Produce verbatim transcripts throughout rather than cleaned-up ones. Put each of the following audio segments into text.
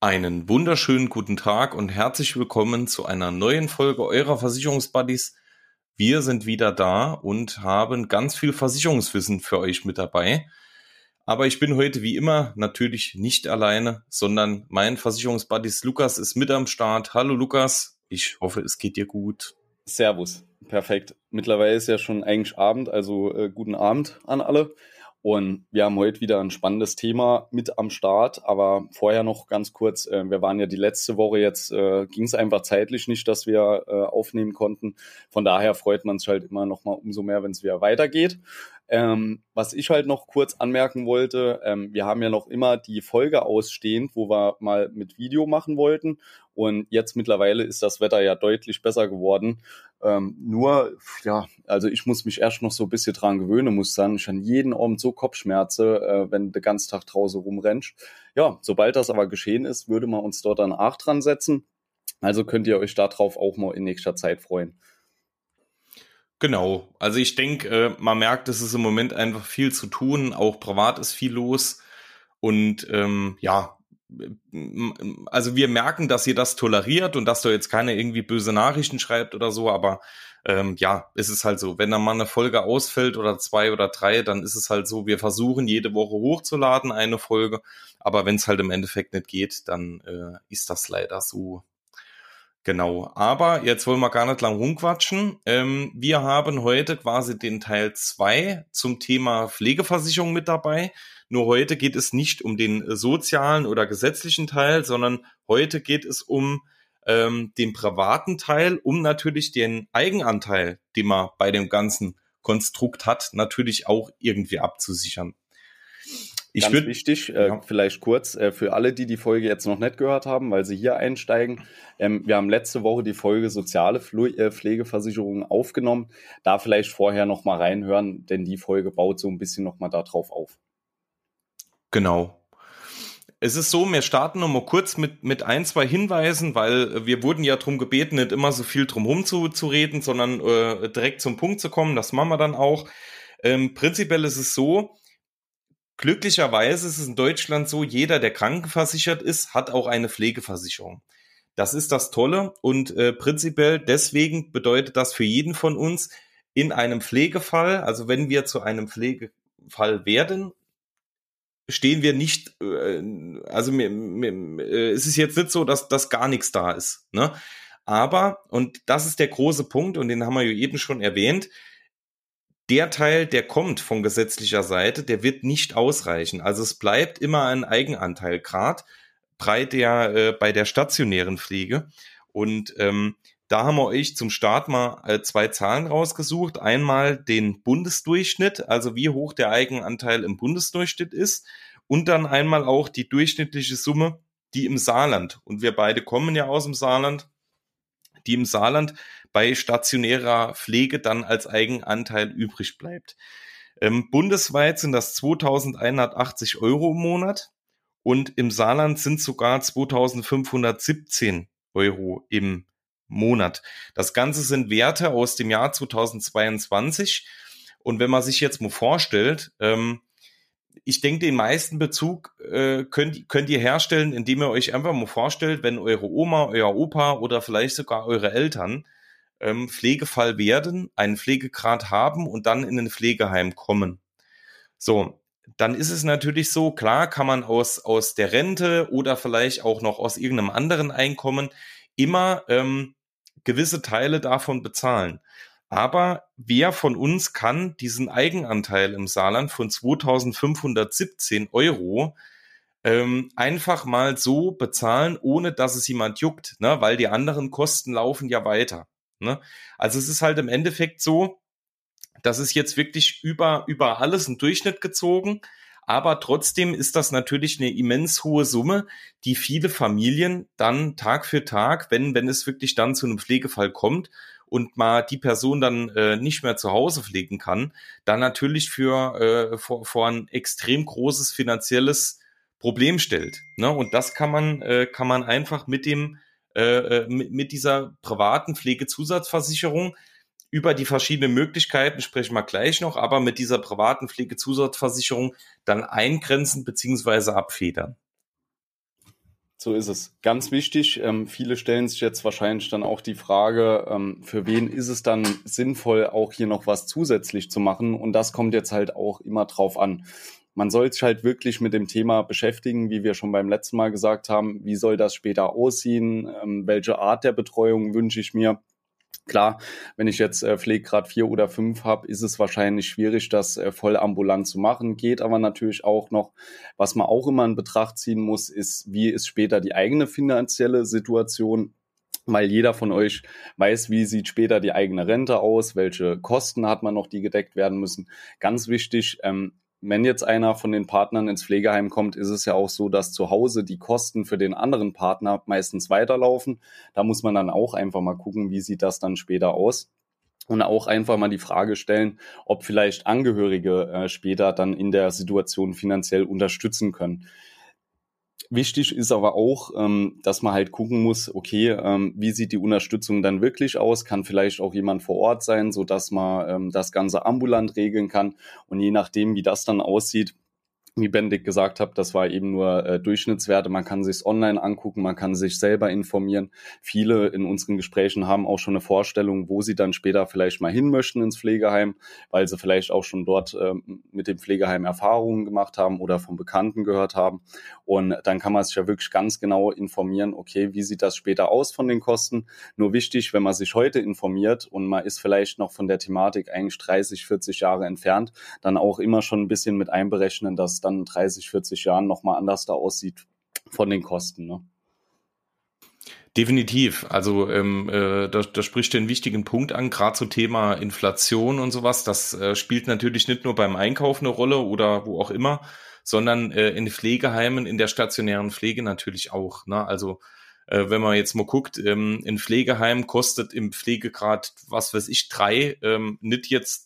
Einen wunderschönen guten Tag und herzlich willkommen zu einer neuen Folge eurer Versicherungsbuddies. Wir sind wieder da und haben ganz viel Versicherungswissen für euch mit dabei. Aber ich bin heute wie immer natürlich nicht alleine, sondern mein Versicherungsbuddies Lukas ist mit am Start. Hallo Lukas, ich hoffe, es geht dir gut. Servus, perfekt. Mittlerweile ist ja schon eigentlich Abend, also äh, guten Abend an alle. Und wir haben heute wieder ein spannendes Thema mit am Start, aber vorher noch ganz kurz, äh, wir waren ja die letzte Woche, jetzt äh, ging es einfach zeitlich nicht, dass wir äh, aufnehmen konnten. Von daher freut man sich halt immer noch mal umso mehr, wenn es wieder weitergeht. Ähm, was ich halt noch kurz anmerken wollte, ähm, wir haben ja noch immer die Folge ausstehend, wo wir mal mit Video machen wollten. Und jetzt mittlerweile ist das Wetter ja deutlich besser geworden. Ähm, nur, ja, also ich muss mich erst noch so ein bisschen dran gewöhnen, muss sagen, ich habe jeden Abend so Kopfschmerze, äh, wenn du den ganzen Tag draußen rumrennst. Ja, sobald das aber geschehen ist, würde man uns dort dann auch dran setzen. Also könnt ihr euch darauf auch mal in nächster Zeit freuen. Genau, also ich denke, äh, man merkt, es ist im Moment einfach viel zu tun, auch privat ist viel los und ähm, ja, also wir merken, dass ihr das toleriert und dass da jetzt keiner irgendwie böse Nachrichten schreibt oder so, aber ähm, ja, es ist halt so, wenn da mal eine Folge ausfällt oder zwei oder drei, dann ist es halt so, wir versuchen jede Woche hochzuladen, eine Folge, aber wenn es halt im Endeffekt nicht geht, dann äh, ist das leider so. Genau, aber jetzt wollen wir gar nicht lang rumquatschen. Ähm, wir haben heute quasi den Teil zwei zum Thema Pflegeversicherung mit dabei. Nur heute geht es nicht um den sozialen oder gesetzlichen Teil, sondern heute geht es um ähm, den privaten Teil, um natürlich den Eigenanteil, den man bei dem ganzen Konstrukt hat, natürlich auch irgendwie abzusichern. Ich Ganz würd, wichtig, äh, ja. vielleicht kurz, äh, für alle, die die Folge jetzt noch nicht gehört haben, weil sie hier einsteigen. Ähm, wir haben letzte Woche die Folge soziale Pfle- äh, Pflegeversicherungen aufgenommen. Da vielleicht vorher noch mal reinhören, denn die Folge baut so ein bisschen noch mal darauf auf. Genau. Es ist so, wir starten noch mal kurz mit, mit ein, zwei Hinweisen, weil wir wurden ja darum gebeten, nicht immer so viel drum herum zu, zu reden, sondern äh, direkt zum Punkt zu kommen. Das machen wir dann auch. Ähm, prinzipiell ist es so, glücklicherweise ist es in Deutschland so, jeder, der krankenversichert ist, hat auch eine Pflegeversicherung. Das ist das Tolle und äh, prinzipiell deswegen bedeutet das für jeden von uns in einem Pflegefall, also wenn wir zu einem Pflegefall werden, stehen wir nicht, äh, also mir, mir, äh, es ist jetzt nicht so, dass, dass gar nichts da ist, ne? Aber, und das ist der große Punkt und den haben wir ja eben schon erwähnt, der Teil, der kommt von gesetzlicher Seite, der wird nicht ausreichen. Also es bleibt immer ein Eigenanteil, gerade bei der, äh, bei der stationären Pflege. Und ähm, da haben wir euch zum Start mal äh, zwei Zahlen rausgesucht. Einmal den Bundesdurchschnitt, also wie hoch der Eigenanteil im Bundesdurchschnitt ist. Und dann einmal auch die durchschnittliche Summe, die im Saarland, und wir beide kommen ja aus dem Saarland, die im Saarland bei stationärer Pflege dann als Eigenanteil übrig bleibt. Ähm, bundesweit sind das zweitausendeinhundertachtzig Euro im Monat und im Saarland sind sogar zweitausendfünfhundertsiebzehn Euro im Monat. Das Ganze sind Werte aus dem Jahr zweitausendzweiundzwanzig und wenn man sich jetzt mal vorstellt, ähm, ich denke, den meisten Bezug äh, könnt, könnt ihr herstellen, indem ihr euch einfach mal vorstellt, wenn eure Oma, euer Opa oder vielleicht sogar eure Eltern ähm, Pflegefall werden, einen Pflegegrad haben und dann in ein Pflegeheim kommen. So, dann ist es natürlich so, klar kann man aus, aus der Rente oder vielleicht auch noch aus irgendeinem anderen Einkommen immer ähm, gewisse Teile davon bezahlen. Aber wer von uns kann diesen Eigenanteil im Saarland von zweitausendfünfhundertsiebzehn Euro ähm, einfach mal so bezahlen, ohne dass es jemand juckt, ne? Weil die anderen Kosten laufen ja weiter. Ne? Also es ist halt im Endeffekt so, das ist jetzt wirklich über, über alles ein Durchschnitt gezogen, aber trotzdem ist das natürlich eine immens hohe Summe, die viele Familien dann Tag für Tag, wenn, wenn es wirklich dann zu einem Pflegefall kommt und mal die Person dann äh, nicht mehr zu Hause pflegen kann, dann natürlich für äh, vor, vor ein extrem großes finanzielles Problem stellt. Ne? Und das kann man, äh, kann man einfach mit dem, äh, mit, mit dieser privaten Pflegezusatzversicherung über die verschiedenen Möglichkeiten sprechen wir gleich noch, aber mit dieser privaten Pflegezusatzversicherung dann eingrenzen beziehungsweise abfedern. So ist es. Ganz wichtig, ähm, viele stellen sich jetzt wahrscheinlich dann auch die Frage, ähm, für wen ist es dann sinnvoll, auch hier noch was zusätzlich zu machen? Und das kommt jetzt halt auch immer drauf an. Man soll sich halt wirklich mit dem Thema beschäftigen, wie wir schon beim letzten Mal gesagt haben. Wie soll das später aussehen? Ähm, welche Art der Betreuung wünsche ich mir? Klar, wenn ich jetzt äh, Pflegegrad vier oder fünf habe, ist es wahrscheinlich schwierig, das äh, voll ambulant zu machen. Geht aber natürlich auch noch. Was man auch immer in Betracht ziehen muss, ist, wie ist später die eigene finanzielle Situation, weil jeder von euch weiß, wie sieht später die eigene Rente aus, welche Kosten hat man noch, die gedeckt werden müssen. Ganz wichtig, ähm, wenn jetzt einer von den Partnern ins Pflegeheim kommt, ist es ja auch so, dass zu Hause die Kosten für den anderen Partner meistens weiterlaufen. Da muss man dann auch einfach mal gucken, wie sieht das dann später aus. Und auch einfach mal die Frage stellen, ob vielleicht Angehörige äh, später dann in der Situation finanziell unterstützen können. Wichtig ist aber auch, ähm, dass man halt gucken muss, okay, ähm, wie sieht die Unterstützung dann wirklich aus? Kann vielleicht auch jemand vor Ort sein, sodass man ähm, das Ganze ambulant regeln kann. Und je nachdem, wie das dann aussieht, wie Benedikt gesagt hat, das war eben nur äh, Durchschnittswerte. Man kann sich's online angucken, man kann sich selber informieren. Viele in unseren Gesprächen haben auch schon eine Vorstellung, wo sie dann später vielleicht mal hin möchten ins Pflegeheim, weil sie vielleicht auch schon dort äh, mit dem Pflegeheim Erfahrungen gemacht haben oder von Bekannten gehört haben. Und dann kann man sich ja wirklich ganz genau informieren, okay, wie sieht das später aus von den Kosten? Nur wichtig, wenn man sich heute informiert und man ist vielleicht noch von der Thematik eigentlich dreißig, vierzig Jahre entfernt, dann auch immer schon ein bisschen mit einberechnen, dass dann in dreißig, vierzig Jahren nochmal anders da aussieht von den Kosten. Ne? Definitiv. Also ähm, äh, da, da spricht den wichtigen Punkt an, gerade zum Thema Inflation und sowas. Das äh, spielt natürlich nicht nur beim Einkauf eine Rolle oder wo auch immer, sondern äh, in Pflegeheimen, in der stationären Pflege natürlich auch. Ne? Also äh, wenn man jetzt mal guckt, ähm, ein Pflegeheim kostet im Pflegegrad, was weiß ich, drei, ähm, nicht jetzt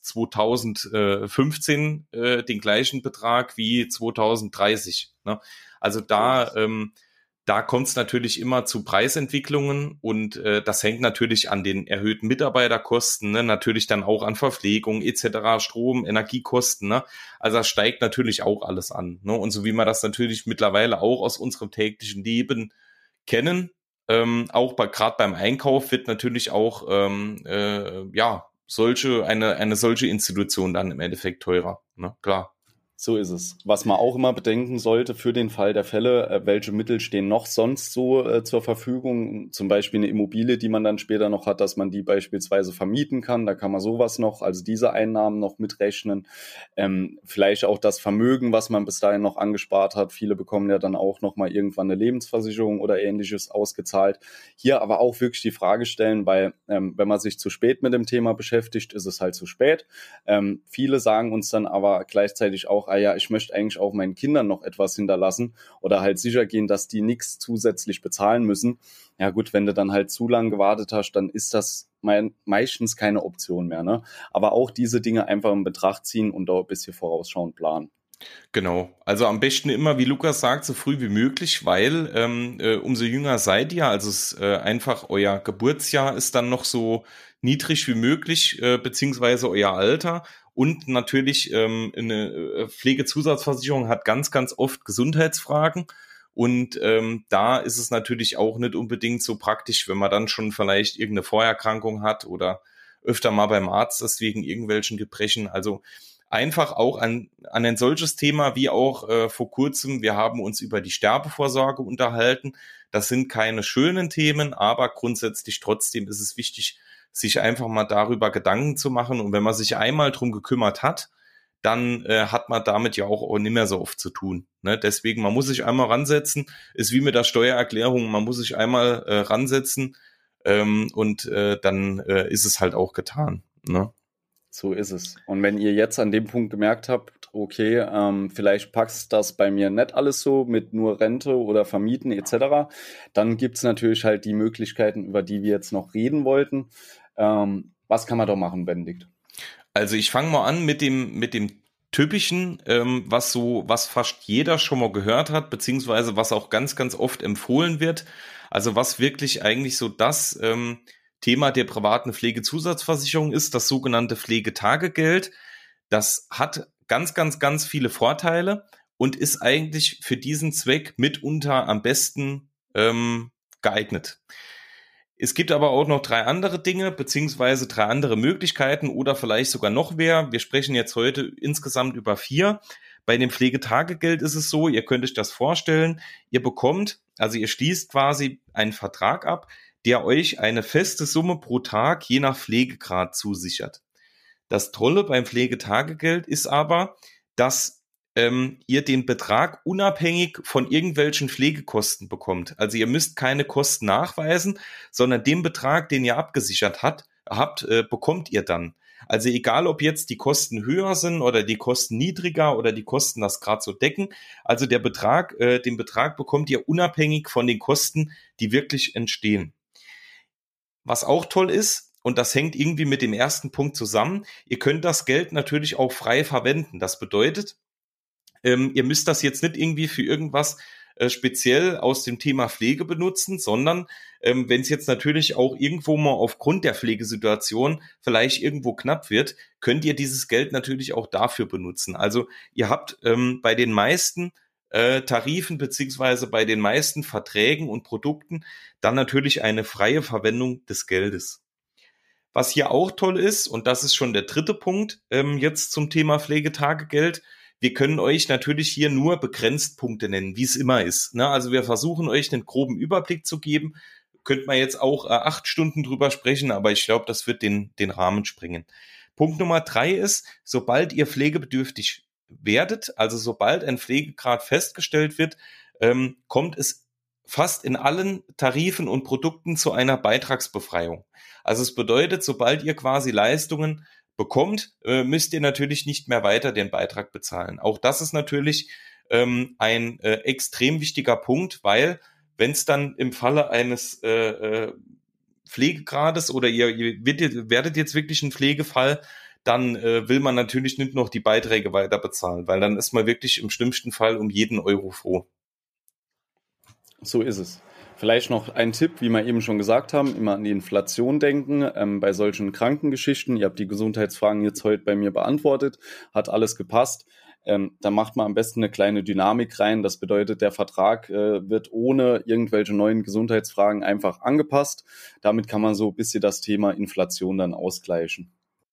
zweitausendfünfzehn äh, den gleichen Betrag wie zweitausenddreißig. Ne? Also da ähm, Da kommt es natürlich immer zu Preisentwicklungen und äh, das hängt natürlich an den erhöhten Mitarbeiterkosten, ne? Natürlich dann auch an Verpflegung et cetera, Strom, Energiekosten. Ne? Also das steigt natürlich auch alles an. Ne? Und so wie wir das natürlich mittlerweile auch aus unserem täglichen Leben kennen, ähm, auch bei gerade beim Einkauf wird natürlich auch ähm, äh, ja solche eine eine solche Institution dann im Endeffekt teurer. Ne? Klar. So ist es. Was man auch immer bedenken sollte für den Fall der Fälle, äh, welche Mittel stehen noch sonst so äh, zur Verfügung? Zum Beispiel eine Immobilie, die man dann später noch hat, dass man die beispielsweise vermieten kann. Da kann man sowas noch, also diese Einnahmen noch mitrechnen. Ähm, vielleicht auch das Vermögen, was man bis dahin noch angespart hat. Viele bekommen ja dann auch noch mal irgendwann eine Lebensversicherung oder Ähnliches ausgezahlt. Hier aber auch wirklich die Frage stellen, weil ähm, wenn man sich zu spät mit dem Thema beschäftigt, ist es halt zu spät. Ähm, viele sagen uns dann aber gleichzeitig auch, ah ja, ich möchte eigentlich auch meinen Kindern noch etwas hinterlassen oder halt sicher gehen, dass die nichts zusätzlich bezahlen müssen. Ja gut, wenn du dann halt zu lange gewartet hast, dann ist das me- meistens keine Option mehr. Ne? Aber auch diese Dinge einfach in Betracht ziehen und da ein bisschen vorausschauend planen. Genau, also am besten immer, wie Lukas sagt, so früh wie möglich, weil ähm, äh, umso jünger seid ihr, also es äh, einfach euer Geburtsjahr ist dann noch so niedrig wie möglich, äh, beziehungsweise euer Alter. Und natürlich ähm, eine äh, Pflegezusatzversicherung hat ganz, ganz oft Gesundheitsfragen. Und ähm, da ist es natürlich auch nicht unbedingt so praktisch, wenn man dann schon vielleicht irgendeine Vorerkrankung hat oder öfter mal beim Arzt ist wegen irgendwelchen Gebrechen. Also einfach auch an, an ein solches Thema wie auch äh, vor kurzem, wir haben uns über die Sterbevorsorge unterhalten. Das sind keine schönen Themen, aber grundsätzlich trotzdem ist es wichtig, sich einfach mal darüber Gedanken zu machen. Und wenn man sich einmal drum gekümmert hat, dann äh, hat man damit ja auch, auch nicht mehr so oft zu tun. Ne? Deswegen, man muss sich einmal ransetzen, ist wie mit der Steuererklärung, man muss sich einmal äh, ransetzen ähm, und äh, dann äh, ist es halt auch getan. Ne? So ist es. Und wenn ihr jetzt an dem Punkt gemerkt habt, okay, ähm, vielleicht passt das bei mir nicht alles so mit nur Rente oder Vermieten et cetera, dann gibt's natürlich halt die Möglichkeiten, über die wir jetzt noch reden wollten. Ähm, was kann man da machen, Benedikt? Also ich fange mal an mit dem mit dem typischen, ähm, was so was fast jeder schon mal gehört hat, beziehungsweise was auch ganz ganz oft empfohlen wird. Also was wirklich eigentlich so das ähm, Thema der privaten Pflegezusatzversicherung ist, das sogenannte Pflegetagegeld. Das hat ganz ganz ganz viele Vorteile und ist eigentlich für diesen Zweck mitunter am besten ähm, geeignet. Es gibt aber auch noch drei andere Dinge, beziehungsweise drei andere Möglichkeiten oder vielleicht sogar noch mehr. Wir sprechen jetzt heute insgesamt über vier. Bei dem Pflegetagegeld ist es so, ihr könnt euch das vorstellen, ihr bekommt, also ihr schließt quasi einen Vertrag ab, der euch eine feste Summe pro Tag je nach Pflegegrad zusichert. Das Tolle beim Pflegetagegeld ist aber, dass ähm, ihr den Betrag unabhängig von irgendwelchen Pflegekosten bekommt. Also ihr müsst keine Kosten nachweisen, sondern den Betrag, den ihr abgesichert hat, habt, äh, bekommt ihr dann. Also egal, ob jetzt die Kosten höher sind oder die Kosten niedriger oder die Kosten das gerade so decken. Also der Betrag, äh, den Betrag bekommt ihr unabhängig von den Kosten, die wirklich entstehen. Was auch toll ist, und das hängt irgendwie mit dem ersten Punkt zusammen, ihr könnt das Geld natürlich auch frei verwenden. Das bedeutet, ähm, ihr müsst das jetzt nicht irgendwie für irgendwas äh, speziell aus dem Thema Pflege benutzen, sondern ähm, wenn es jetzt natürlich auch irgendwo mal aufgrund der Pflegesituation vielleicht irgendwo knapp wird, könnt ihr dieses Geld natürlich auch dafür benutzen. Also ihr habt ähm, bei den meisten äh, Tarifen beziehungsweise bei den meisten Verträgen und Produkten dann natürlich eine freie Verwendung des Geldes. Was hier auch toll ist, und das ist schon der dritte Punkt ähm, jetzt zum Thema Pflegetagegeld, wir können euch natürlich hier nur begrenzt Punkte nennen, wie es immer ist. Ne? Also wir versuchen euch einen groben Überblick zu geben. Könnt man jetzt auch äh, acht Stunden drüber sprechen, aber ich glaube, das wird den, den Rahmen sprengen. Punkt Nummer drei ist, sobald ihr pflegebedürftig werdet, also sobald ein Pflegegrad festgestellt wird, ähm, kommt es fast in allen Tarifen und Produkten zu einer Beitragsbefreiung. Also es bedeutet, sobald ihr quasi Leistungen bekommt, äh, müsst ihr natürlich nicht mehr weiter den Beitrag bezahlen. Auch das ist natürlich ähm, ein äh, extrem wichtiger Punkt, weil wenn es dann im Falle eines äh, äh, Pflegegrades oder ihr, ihr werdet, werdet jetzt wirklich ein Pflegefall, dann äh, will man natürlich nicht noch die Beiträge weiter bezahlen, weil dann ist man wirklich im schlimmsten Fall um jeden Euro froh. So ist es. Vielleicht noch ein Tipp, wie wir eben schon gesagt haben, immer an die Inflation denken. Ähm, bei solchen Krankengeschichten, ihr habt die Gesundheitsfragen jetzt heute bei mir beantwortet, hat alles gepasst. Ähm, da macht man am besten eine kleine Dynamik rein. Das bedeutet, der Vertrag äh, wird ohne irgendwelche neuen Gesundheitsfragen einfach angepasst. Damit kann man so ein bisschen das Thema Inflation dann ausgleichen.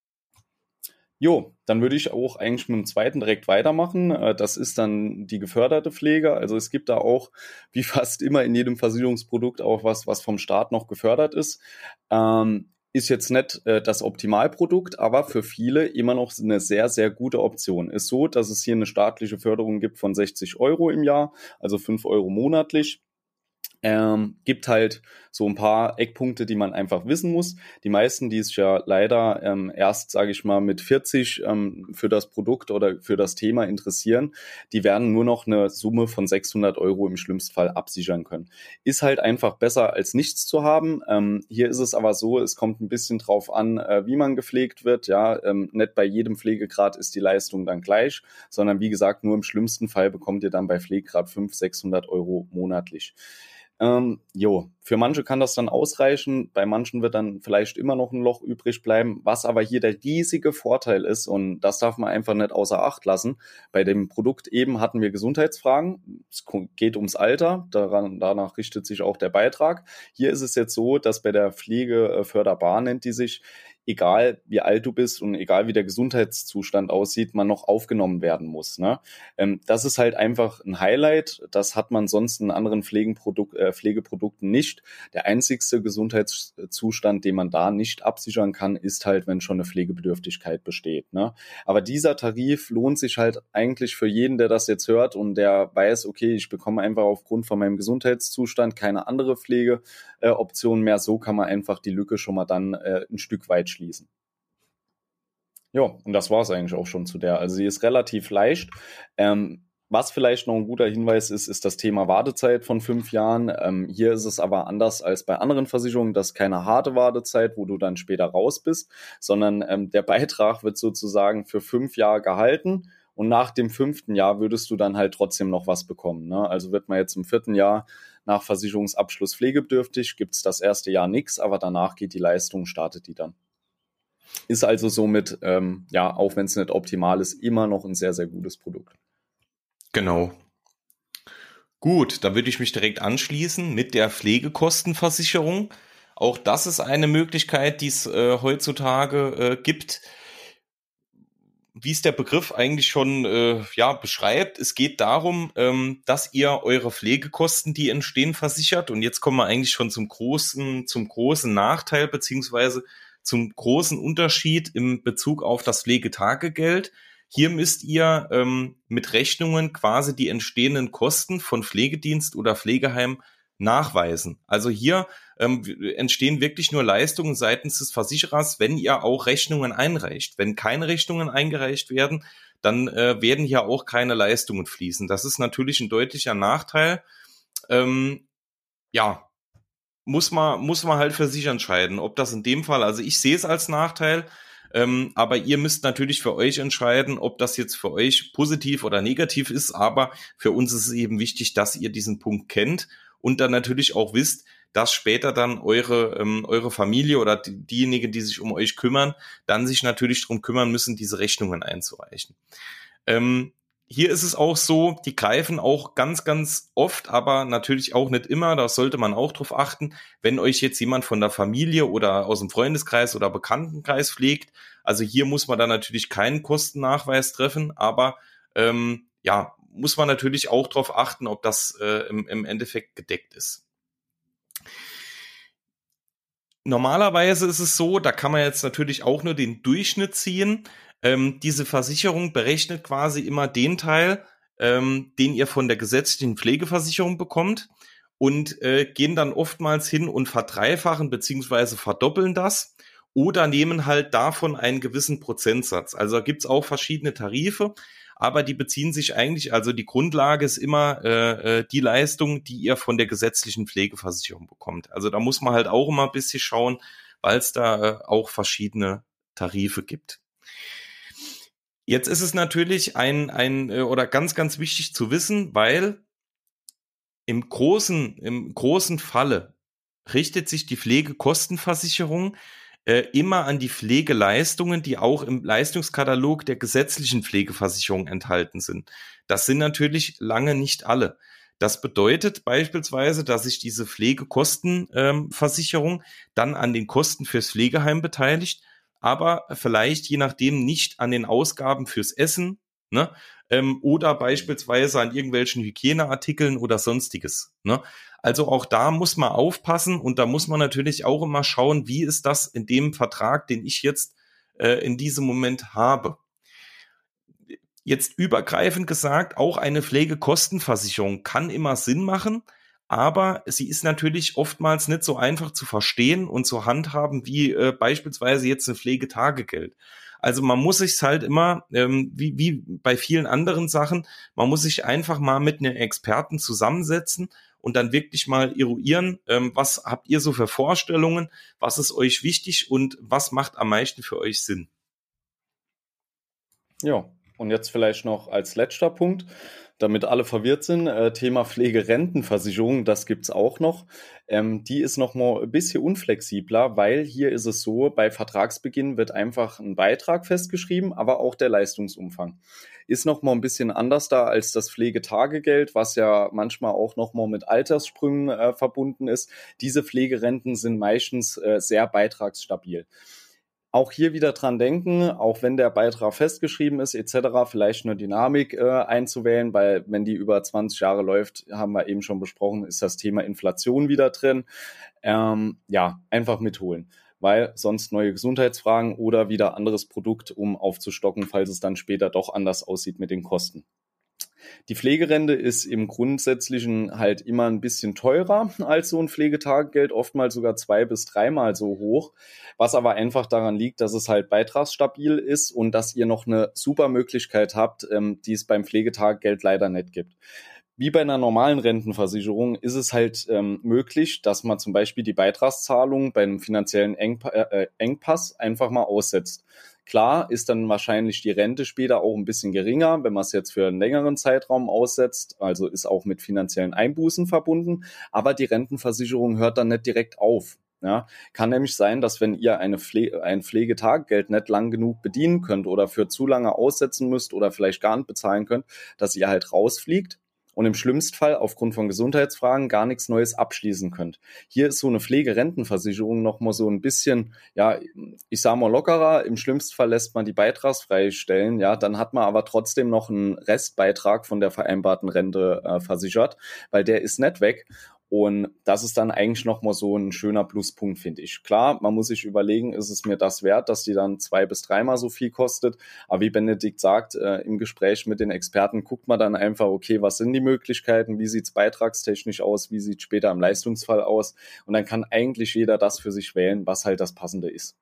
Jo, dann würde ich auch eigentlich mit dem zweiten direkt weitermachen. Das ist dann die geförderte Pflege. Also es gibt da auch, wie fast immer in jedem Versicherungsprodukt, auch was, was vom Staat noch gefördert ist. Ähm, ist jetzt nicht äh, das Optimalprodukt, aber für viele immer noch eine sehr, sehr gute Option. Ist so, dass es hier eine staatliche Förderung gibt von sechzig Euro im Jahr, also fünf Euro monatlich. Ähm, gibt halt so ein paar Eckpunkte, die man einfach wissen muss. Die meisten, die sich ja leider ähm, erst, sage ich mal, mit vierzig ähm, für das Produkt oder für das Thema interessieren, die werden nur noch eine Summe von sechshundert Euro im schlimmsten Fall absichern können. Ist halt einfach besser als nichts zu haben. Ähm, hier ist es aber so, es kommt ein bisschen drauf an, äh, wie man gepflegt wird. Ja, ähm, nicht bei jedem Pflegegrad ist die Leistung dann gleich, sondern wie gesagt, nur im schlimmsten Fall bekommt ihr dann bei Pflegegrad fünfhundert, sechshundert Euro monatlich. Ähm, jo, für manche kann das dann ausreichen, bei manchen wird dann vielleicht immer noch ein Loch übrig bleiben, was aber hier der riesige Vorteil ist, und das darf man einfach nicht außer Acht lassen. Bei dem Produkt eben hatten wir Gesundheitsfragen, es geht ums Alter, daran, danach richtet sich auch der Beitrag. Hier ist es jetzt so, dass bei der Pflege förderbar, nennt die sich, egal wie alt du bist und egal wie der Gesundheitszustand aussieht, man noch aufgenommen werden muss. Ne? Ähm, das ist halt einfach ein Highlight. Das hat man sonst in anderen Pflegeprodukt, äh, Pflegeprodukten nicht. Der einzigste Gesundheitszustand, den man da nicht absichern kann, ist halt, wenn schon eine Pflegebedürftigkeit besteht. Ne? Aber dieser Tarif lohnt sich halt eigentlich für jeden, der das jetzt hört und der weiß, okay, ich bekomme einfach aufgrund von meinem Gesundheitszustand keine andere Pflegeoption äh, mehr. So kann man einfach die Lücke schon mal dann äh, ein Stück weit schließen. Ja, und das war es eigentlich auch schon zu der. Also sie ist relativ leicht. Ähm, was vielleicht noch ein guter Hinweis ist, ist das Thema Wartezeit von fünf Jahren. Ähm, hier ist es aber anders als bei anderen Versicherungen, das ist keine harte Wartezeit, wo du dann später raus bist, sondern ähm, der Beitrag wird sozusagen für fünf Jahre gehalten. Und nach dem fünften Jahr würdest du dann halt trotzdem noch was bekommen. Ne? Also wird man jetzt im vierten Jahr nach Versicherungsabschluss pflegebedürftig, gibt es das erste Jahr nichts, aber danach geht die Leistung, startet die dann. Ist also somit, ähm, ja, auch wenn es nicht optimal ist, immer noch ein sehr, sehr gutes Produkt. Genau. Gut, da würde ich mich direkt anschließen mit der Pflegekostenversicherung. Auch das ist eine Möglichkeit, die es äh, heutzutage äh, gibt. Wie es der Begriff eigentlich schon äh, ja beschreibt, es geht darum, ähm, dass ihr eure Pflegekosten, die entstehen, versichert. Und jetzt kommen wir eigentlich schon zum großen, zum großen Nachteil beziehungsweise zum großen Unterschied im Bezug auf das Pflegetagegeld. Hier müsst ihr ähm, mit Rechnungen quasi die entstehenden Kosten von Pflegedienst oder Pflegeheim nachweisen. Also hier ähm, entstehen wirklich nur Leistungen seitens des Versicherers, wenn ihr auch Rechnungen einreicht. Wenn keine Rechnungen eingereicht werden, dann äh, werden hier auch keine Leistungen fließen. Das ist natürlich ein deutlicher Nachteil. Ähm, ja, muss man, muss man halt für sich entscheiden, ob das in dem Fall, also ich sehe es als Nachteil, ähm, aber ihr müsst natürlich für euch entscheiden, ob das jetzt für euch positiv oder negativ ist, aber für uns ist es eben wichtig, dass ihr diesen Punkt kennt und dann natürlich auch wisst, dass später dann eure, ähm, eure Familie oder die, diejenigen, die sich um euch kümmern, dann sich natürlich darum kümmern müssen, diese Rechnungen einzureichen. Ähm, Hier ist es auch so, die greifen auch ganz, ganz oft, aber natürlich auch nicht immer, da sollte man auch drauf achten, wenn euch jetzt jemand von der Familie oder aus dem Freundeskreis oder Bekanntenkreis pflegt. Also hier muss man dann natürlich keinen Kostennachweis treffen, aber ähm, ja, muss man natürlich auch drauf achten, ob das äh, im, im Endeffekt gedeckt ist. Normalerweise ist es so, da kann man jetzt natürlich auch nur den Durchschnitt ziehen. Ähm, diese Versicherung berechnet quasi immer den Teil, ähm, den ihr von der gesetzlichen Pflegeversicherung bekommt und äh, gehen dann oftmals hin und verdreifachen beziehungsweise verdoppeln das oder nehmen halt davon einen gewissen Prozentsatz. Also da gibt's auch verschiedene Tarife, aber die beziehen sich eigentlich, also die Grundlage ist immer äh, äh, die Leistung, die ihr von der gesetzlichen Pflegeversicherung bekommt. Also da muss man halt auch immer ein bisschen schauen, weil es da äh, auch verschiedene Tarife gibt. Jetzt ist es natürlich ein, ein äh, oder ganz, ganz wichtig zu wissen, weil im großen, im großen Falle richtet sich die Pflegekostenversicherung äh, immer an die Pflegeleistungen, die auch im Leistungskatalog der gesetzlichen Pflegeversicherung enthalten sind. Das sind natürlich lange nicht alle. Das bedeutet beispielsweise, dass sich diese Pflegekostenversicherung ähm, dann an den Kosten fürs Pflegeheim beteiligt, aber vielleicht je nachdem nicht an den Ausgaben fürs Essen, ne? Ähm, oder beispielsweise an irgendwelchen Hygieneartikeln oder sonstiges, ne? Also auch da muss man aufpassen und da muss man natürlich auch immer schauen, wie ist das in dem Vertrag, den ich jetzt äh, in diesem Moment habe. Jetzt übergreifend gesagt, auch eine Pflegekostenversicherung kann immer Sinn machen, aber sie ist natürlich oftmals nicht so einfach zu verstehen und zu handhaben wie äh, beispielsweise jetzt ein Pflegetagegeld. Also man muss sich halt immer, ähm, wie, wie bei vielen anderen Sachen, man muss sich einfach mal mit einem Experten zusammensetzen und dann wirklich mal eruieren, ähm, was habt ihr so für Vorstellungen, was ist euch wichtig und was macht am meisten für euch Sinn. Ja, und jetzt vielleicht noch als letzter Punkt, damit alle verwirrt sind, äh, Thema Pflegerentenversicherung, das gibt's auch noch. Ähm, die ist noch mal ein bisschen unflexibler, weil hier ist es so, bei Vertragsbeginn wird einfach ein Beitrag festgeschrieben, aber auch der Leistungsumfang. Ist noch mal ein bisschen anders da als das Pflegetagegeld, was ja manchmal auch noch mal mit Alterssprüngen äh, verbunden ist. Diese Pflegerenten sind meistens äh, sehr beitragsstabil. Auch hier wieder dran denken, auch wenn der Beitrag festgeschrieben ist et cetera, vielleicht eine Dynamik äh, einzuwählen, weil wenn die über zwanzig Jahre läuft, haben wir eben schon besprochen, ist das Thema Inflation wieder drin. Ähm, ja, einfach mitholen, weil sonst neue Gesundheitsfragen oder wieder anderes Produkt, um aufzustocken, falls es dann später doch anders aussieht mit den Kosten. Die Pflegerente ist im Grundsätzlichen halt immer ein bisschen teurer als so ein Pflegetagegeld, oftmals sogar zwei- bis dreimal so hoch, was aber einfach daran liegt, dass es halt beitragsstabil ist und dass ihr noch eine super Möglichkeit habt, ähm, die es beim Pflegetagegeld leider nicht gibt. Wie bei einer normalen Rentenversicherung ist es halt ähm, möglich, dass man zum Beispiel die Beitragszahlung bei einem finanziellen Engpa- äh, Engpass einfach mal aussetzt. Klar ist dann wahrscheinlich die Rente später auch ein bisschen geringer, wenn man es jetzt für einen längeren Zeitraum aussetzt, also ist auch mit finanziellen Einbußen verbunden, aber die Rentenversicherung hört dann nicht direkt auf. Ja, kann nämlich sein, dass wenn ihr eine Pfle- ein Pflegetagegeld nicht lang genug bedienen könnt oder für zu lange aussetzen müsst oder vielleicht gar nicht bezahlen könnt, dass ihr halt rausfliegt und im schlimmsten Fall aufgrund von Gesundheitsfragen gar nichts Neues abschließen könnt. Hier ist so eine Pflegerentenversicherung nochmal so ein bisschen, ja, ich sag mal lockerer. Im schlimmsten Fall lässt man die beitragsfrei stellen, ja, dann hat man aber trotzdem noch einen Restbeitrag von der vereinbarten Rente äh, versichert, weil der ist nicht weg. Und das ist dann eigentlich nochmal so ein schöner Pluspunkt, finde ich. Klar, man muss sich überlegen, ist es mir das wert, dass die dann zwei- bis dreimal so viel kostet. Aber wie Benedikt sagt, äh, im Gespräch mit den Experten guckt man dann einfach, okay, was sind die Möglichkeiten, wie sieht's beitragstechnisch aus, wie sieht's später im Leistungsfall aus. Und dann kann eigentlich jeder das für sich wählen, was halt das Passende ist.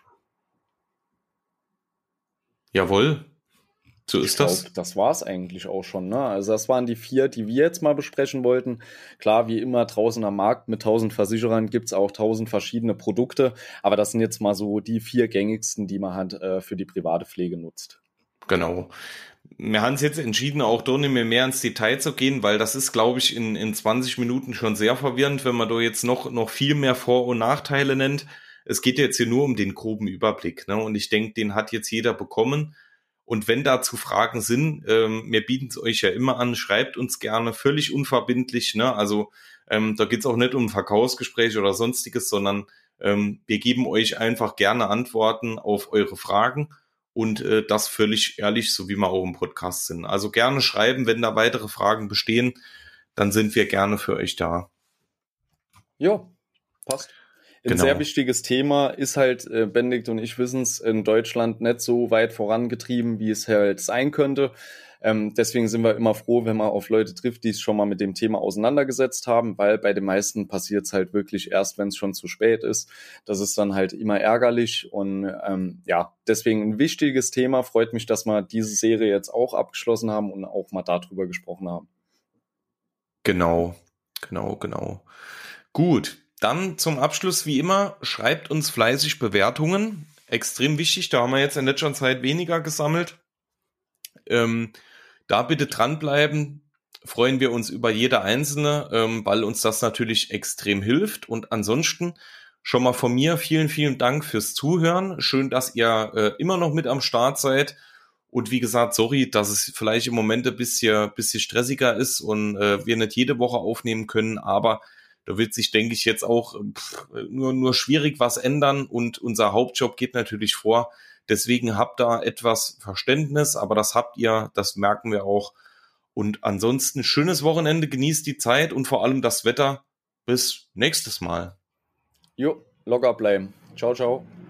Jawohl. So ist ich glaub, das. Das war es eigentlich auch schon. Ne? Also das waren die vier, die wir jetzt mal besprechen wollten. Klar, wie immer draußen am Markt mit tausend Versicherern gibt es auch tausend verschiedene Produkte. Aber das sind jetzt mal so die vier gängigsten, die man halt äh, für die private Pflege nutzt. Genau. Wir haben uns jetzt entschieden, auch da nicht mehr, mehr ins Detail zu gehen, weil das ist, glaube ich, in, in zwanzig Minuten schon sehr verwirrend, wenn man da jetzt noch, noch viel mehr Vor- und Nachteile nennt. Es geht jetzt hier nur um den groben Überblick, ne? Und ich denke, den hat jetzt jeder bekommen. Und wenn dazu Fragen sind, ähm, wir bieten es euch ja immer an, schreibt uns gerne, völlig unverbindlich, ne? Also ähm, da geht es auch nicht um Verkaufsgespräche oder sonstiges, sondern ähm, wir geben euch einfach gerne Antworten auf eure Fragen und äh, das völlig ehrlich, so wie wir auch im Podcast sind. Also gerne schreiben, wenn da weitere Fragen bestehen, dann sind wir gerne für euch da. Jo, passt. Ein Genau. sehr wichtiges Thema ist halt, äh, Benedikt und ich wissen es, in Deutschland nicht so weit vorangetrieben, wie es halt sein könnte. Ähm, deswegen sind wir immer froh, wenn man auf Leute trifft, die es schon mal mit dem Thema auseinandergesetzt haben, weil bei den meisten passiert es halt wirklich erst, wenn es schon zu spät ist. Das ist dann halt immer ärgerlich und ähm, ja, deswegen ein wichtiges Thema. Freut mich, dass wir diese Serie jetzt auch abgeschlossen haben und auch mal darüber gesprochen haben. Genau, genau, genau. Gut. Dann zum Abschluss, wie immer, schreibt uns fleißig Bewertungen. Extrem wichtig, da haben wir jetzt in letzter Zeit weniger gesammelt. Ähm, da bitte dranbleiben, freuen wir uns über jede einzelne, ähm, weil uns das natürlich extrem hilft. Und ansonsten schon mal von mir vielen, vielen Dank fürs Zuhören. Schön, dass ihr äh, immer noch mit am Start seid. Und wie gesagt, sorry, dass es vielleicht im Moment ein bisschen, bisschen stressiger ist und äh, wir nicht jede Woche aufnehmen können, aber da wird sich, denke ich, jetzt auch pff, nur, nur schwierig was ändern und unser Hauptjob geht natürlich vor. Deswegen habt da etwas Verständnis, aber das habt ihr, das merken wir auch. Und ansonsten schönes Wochenende, genießt die Zeit und vor allem das Wetter. Bis nächstes Mal. Jo, locker bleiben. Ciao, ciao.